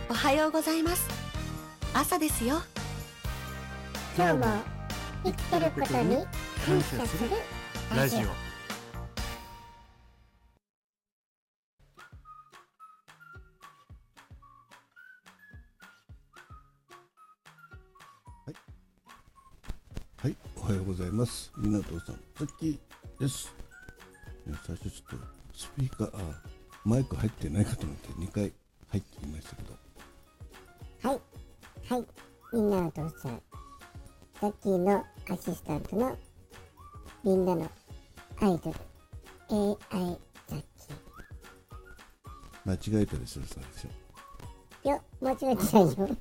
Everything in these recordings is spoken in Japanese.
おはようございます。朝ですよ。 今日も生きてることに感謝するラジオ。 はい、おはようございます。港さん、さっきです。最初ちょっとスピーカー、マイク入ってないかと思って2回入っていましたけど。 はい、みんなの父さん、ザッキーのアシスタントのみんなのアイドル AI ザッキ間違えたりするそうですよ。 ー。いや、間違えてないよ。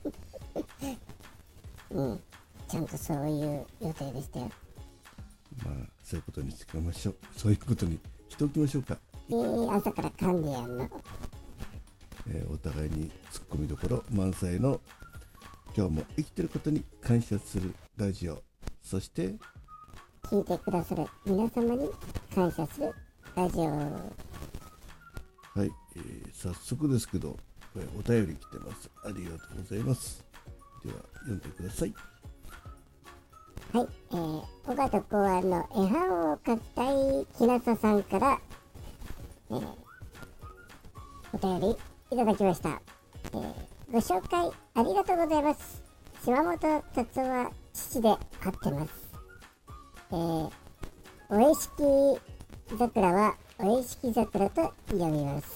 ちゃんとそういう予定でしたよ。 そういうことにしておきましょう。そういうことにしておきましょうか。 朝から噛んでやんの。 お互いにツッコミどころ満載の今日も生きてることに感謝するラジオ、そして聞いてくださる皆様に感謝するラジオ。 はい、早速ですけど、お便り来てます。ありがとうございます。では読んでください。 はい、尾形考案の絵本を描きたいきなささんから、お便りいただきました。ご紹介ありがとうございます。島本達夫は父で飼ってます。おえしき桜はおえしき桜と読みます。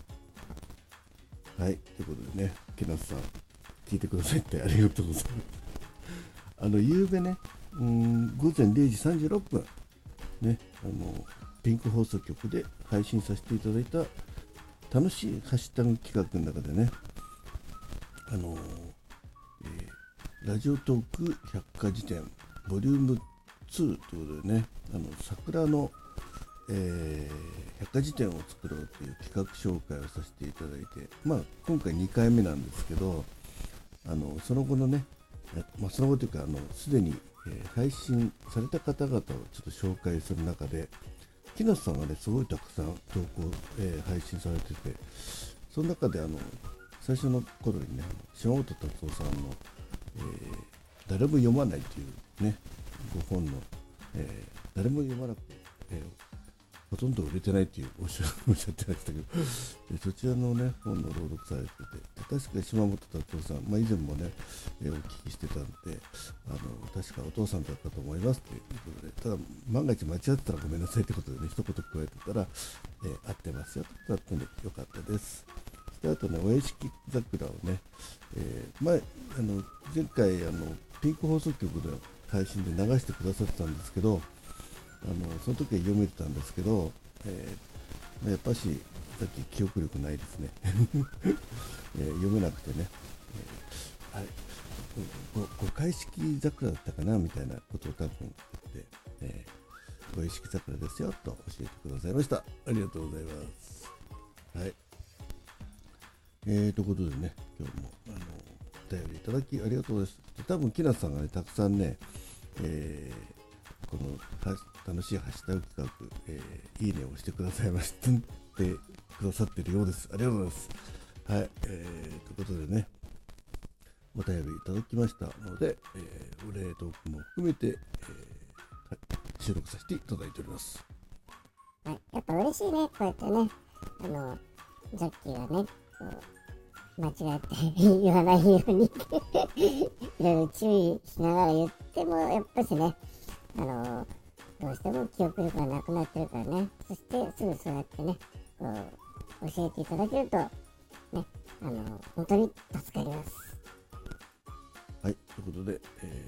はい、ということでね、木梨さん聞いてくださいってありがとうございます。夕べね、午前0時36分ね、ピンク放送局で配信させていただいた楽しいハッシュタグ企画の中でね、ラジオトーク百科事典ボリューム2ということでね、桜の、百科事典を作ろうという企画紹介をさせていただいて、今回2回目なんですけど、その後のね、その後というかすでに、配信された方々をちょっと紹介する中で、木梨さんがねすごいたくさん投稿、配信されてて、その中で最初の頃にね、島本達夫さんの、誰も読まないというねご本の、誰も読まなくて、ほとんど売れてないっていうおっしゃってましたけど、そちらのね本の朗読されてて、確か島本達夫さん、以前もね、お聞きしてたんで、確かお父さんだったと思いますということで、ただ万が一間違ってたらごめんなさいということでね、一言加えてたら、合ってますよとだったのでよかったです。であとね、おえしき桜をね、前回ピンク放送局で配信で流してくださってたんですけど、その時は読めてたんですけど、やっぱしさっき記憶力ないですね、読めなくてね、あれ5回式桜だったかなみたいなことを多分言って、5回式桜ですよと教えてくださいました。ありがとうございます。はい、ということでね、今日もお便りいただきありがとうございます。多分木梨さんがねたくさんね、この楽しいハッシュタグ企画、いいねをしてくださいましてくださっているようです。ありがとうございます。はい、ということでね、お便りいただきましたので、お礼トークも含めて、収録させていただいております。 はい、やっぱ嬉しいね、こうやってね、ザッキーがね、間違って言わないようにいろいろ注意しながら言っても、やっぱしね、どうしても記憶力がなくなってるからね、そしてすぐそうやってね、教えていただけると、ね、本当に助かります。 はい、ということで、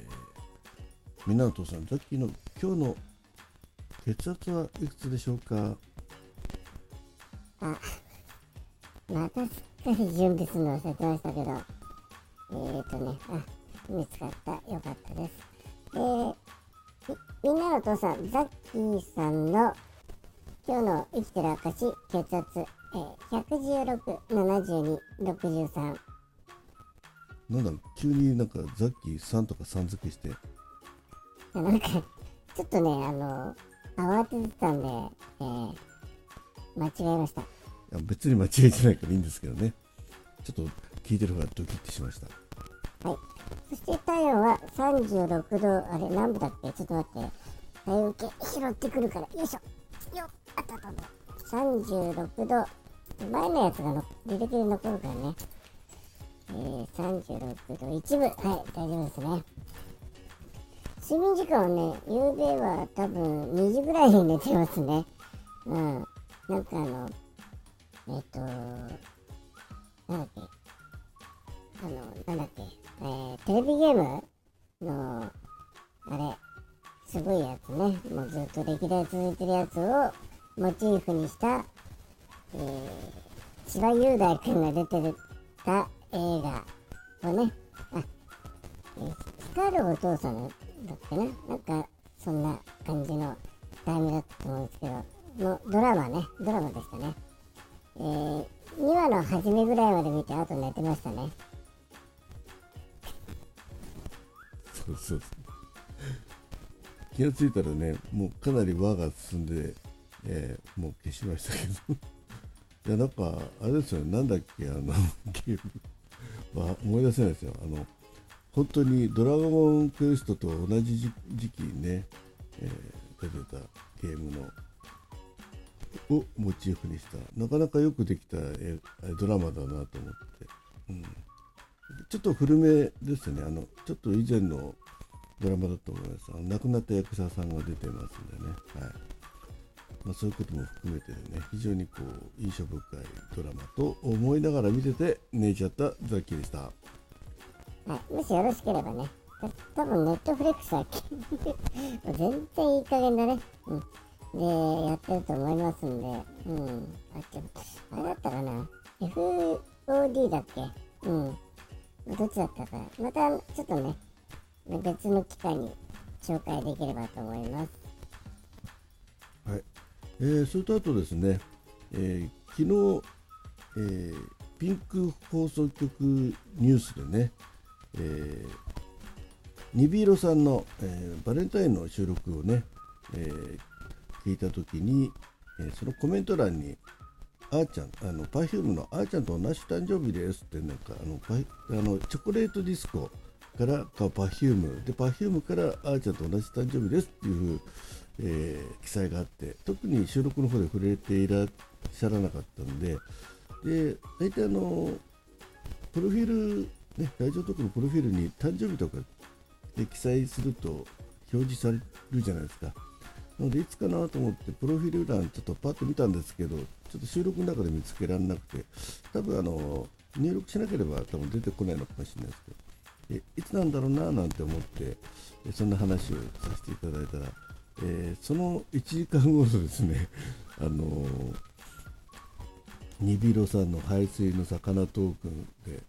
港さん、ザッキーの今日の血圧はいくつでしょうか？ またすっかり準備するの忘れてましたけど、見つかった。よかったです。みんなのお父さん、ザッキーさんの今日の生きてる証、血圧、116、72、63。 なんだろう、急になんかザッキーさんとかさん付けして、 なんかちょっとね、慌ててたんで、間違えました。 別に間違えてないからいいんですけどね、ちょっと聞いてる方がドキッとしました。 はい。そして体温は36度、あれ何分だっけ、ちょっと待って、体温計拾ってくるから、よいしょ、よっ、あったあったあった、36度、前のやつが履歴で残るからね、36度1分、はい、大丈夫ですね。睡眠時間はね、夕べは多分2時ぐらいに寝てますね。うん。なんかなんだっけ、テレビゲームの、あれ、すごいやつね、もうずっと歴代続いてるやつをモチーフにした、千葉雄大くんが出てた映画をね、光るお父さんだってね、なんかそんな感じの題名だったと思うんですけど、のドラマでしたね。2話の初めぐらいまで見て、あと寝てましたね。 そう気がついたらね、もうかなり輪が進んで、もう消しましたけどいや、なんかあれですよね、なんだっけ、ゲームは思い出せないですよ。本当にドラゴンクエストと同じ時期にね、出てたゲームのをモチーフにした、なかなかよくできたドラマだなと思って、ちょっと古めですね。ちょっと以前のドラマだと思います。亡くなった役者さんが出てますんでね、そういうことも含めてね、非常に印象深いドラマと思いながら見てて寝ちゃったザッキーでした。 はい、もしよろしければね、多分ネットフレックスは全然いい加減だね。で、やってると思いますんで、あれだったかな、FOD だっけ、どっちだったか、またちょっとね、別の機会に紹介できればと思います。 はい。それとあとですね、昨日、ピンク放送局ニュースでね、ニビーロさんの、バレンタインの収録をね、聞いたときに、そのコメント欄にあーちゃん、Perfume のあーちゃんと同じ誕生日ですって、なんかチョコレートディスコからPerfumeで、Perfumeからあーちゃんと同じ誕生日ですっていう、記載があって、特に収録の方で触れていらっしゃらなかったので、大体プロフィール、ね、ラジオトークのプロフィールに誕生日とかで記載すると表示されるじゃないですか。なのでいつかなと思ってプロフィール欄ちょっとパッと見たんですけど、ちょっと収録の中で見つけられなくて、多分入力しなければ多分出てこないのかもしれないですけど、いつなんだろうななんて思ってそんな話をさせていただいたら、その1時間後のですね、ニビロさんの排水の魚トークンで、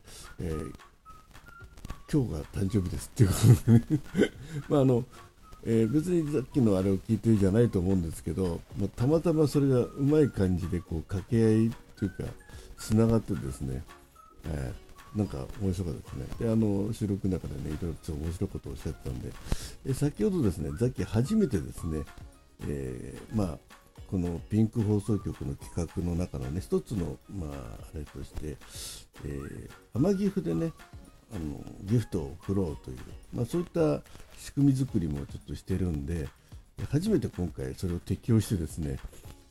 今日が誕生日ですっていうことでね別にさっきのあれを聞いてるじゃないと思うんですけど、たまたまそれがうまい感じで掛け合いというかつながってですね、なんか面白かったですね。で収録の中でね、いろいろと面白いことをおっしゃってたんで、先ほどですね、さっき初めてですね、このピンク放送局の企画の中のね、一つのあれとして、天岐阜でね、ギフトを送ろうという、そういった仕組み作りもちょっとしてるんで、初めて今回それを適用してですね、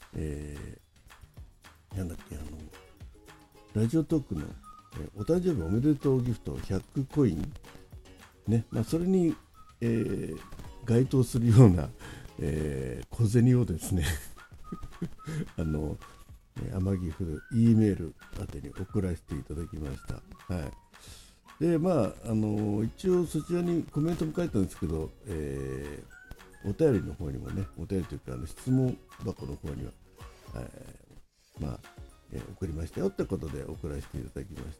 なんだっけ、ラジオトークの、お誕生日おめでとうギフト100コイン、ね、それに、該当するような、小銭をですね天城府 E メール宛てに送らせていただきました。で一応そちらにコメントも書いたんですけど、お便りの方にもね、お便りというか質問箱の方には、送りましたよってことで送らせていただきました。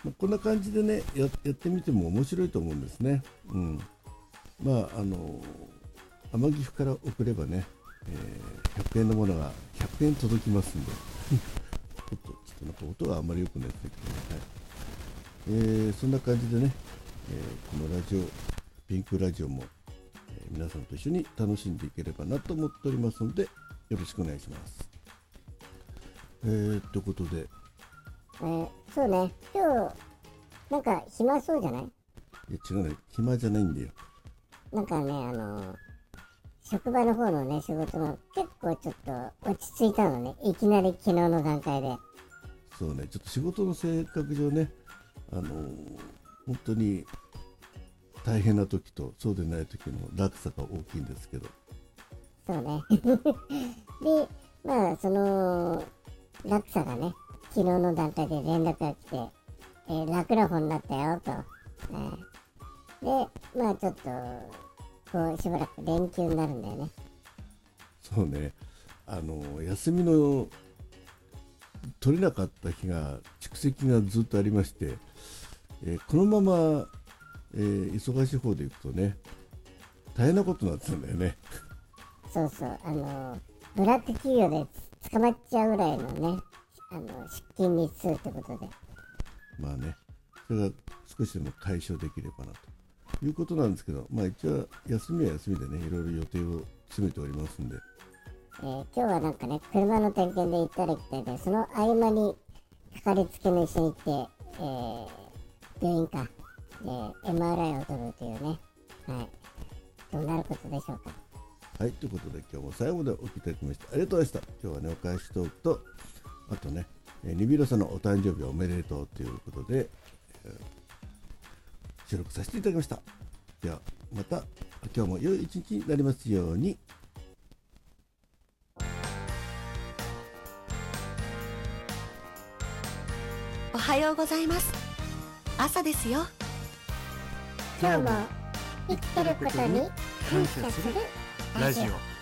こんな感じでね やってみても面白いと思うんですね。天城府から送ればね、100円のものが100円届きますんでちょっとなんか音があんまり良くないですけどね、そんな感じでね、このラジオピンクラジオも、皆さんと一緒に楽しんでいければなと思っておりますので、よろしくお願いします。ということで、 そうね、今日なんか暇そうじゃない？ いや違うね、暇じゃないんだよ。 なんかね、職場の方のね、仕事も結構ちょっと落ち着いたのね、いきなり昨日の段階で。 そうね、ちょっと仕事の性格上ね、本当に大変な時とそうでない時の落差が大きいんですけど。 そうね。で、まあ、その落差がね、昨日の段階で連絡が来て、楽な方になったよと。で、まあちょっと、こうしばらく連休になるんだよね。 そうね、休みの取れなかった日が蓄積がずっとありまして、このまま、忙しい方でいくとね、大変なことになってたんだよね。 そうそう、ブラック企業で捕まっちゃうぐらいのね、出勤日数ってことで。 まあね、それが少しでも解消できればなということなんですけど、まあ一応休みは休みでね、いろいろ予定を詰めておりますんで、 今日はなんかね、車の点検で行ったり来たりで、その合間にかかりつけの医者に行って、病院か、MRI を取るというね、はい、どうなることでしょうか。 はい、ということで今日も最後までお聞きいただきましてありがとうございました。今日はね、お返しトークと、あとね、ニビロさんのお誕生日おめでとうということで、収録させていただきました。ではまた今日も良い一日になりますように。 おはようございます。朝ですよ。 今日も生きてることに感謝するラジオ。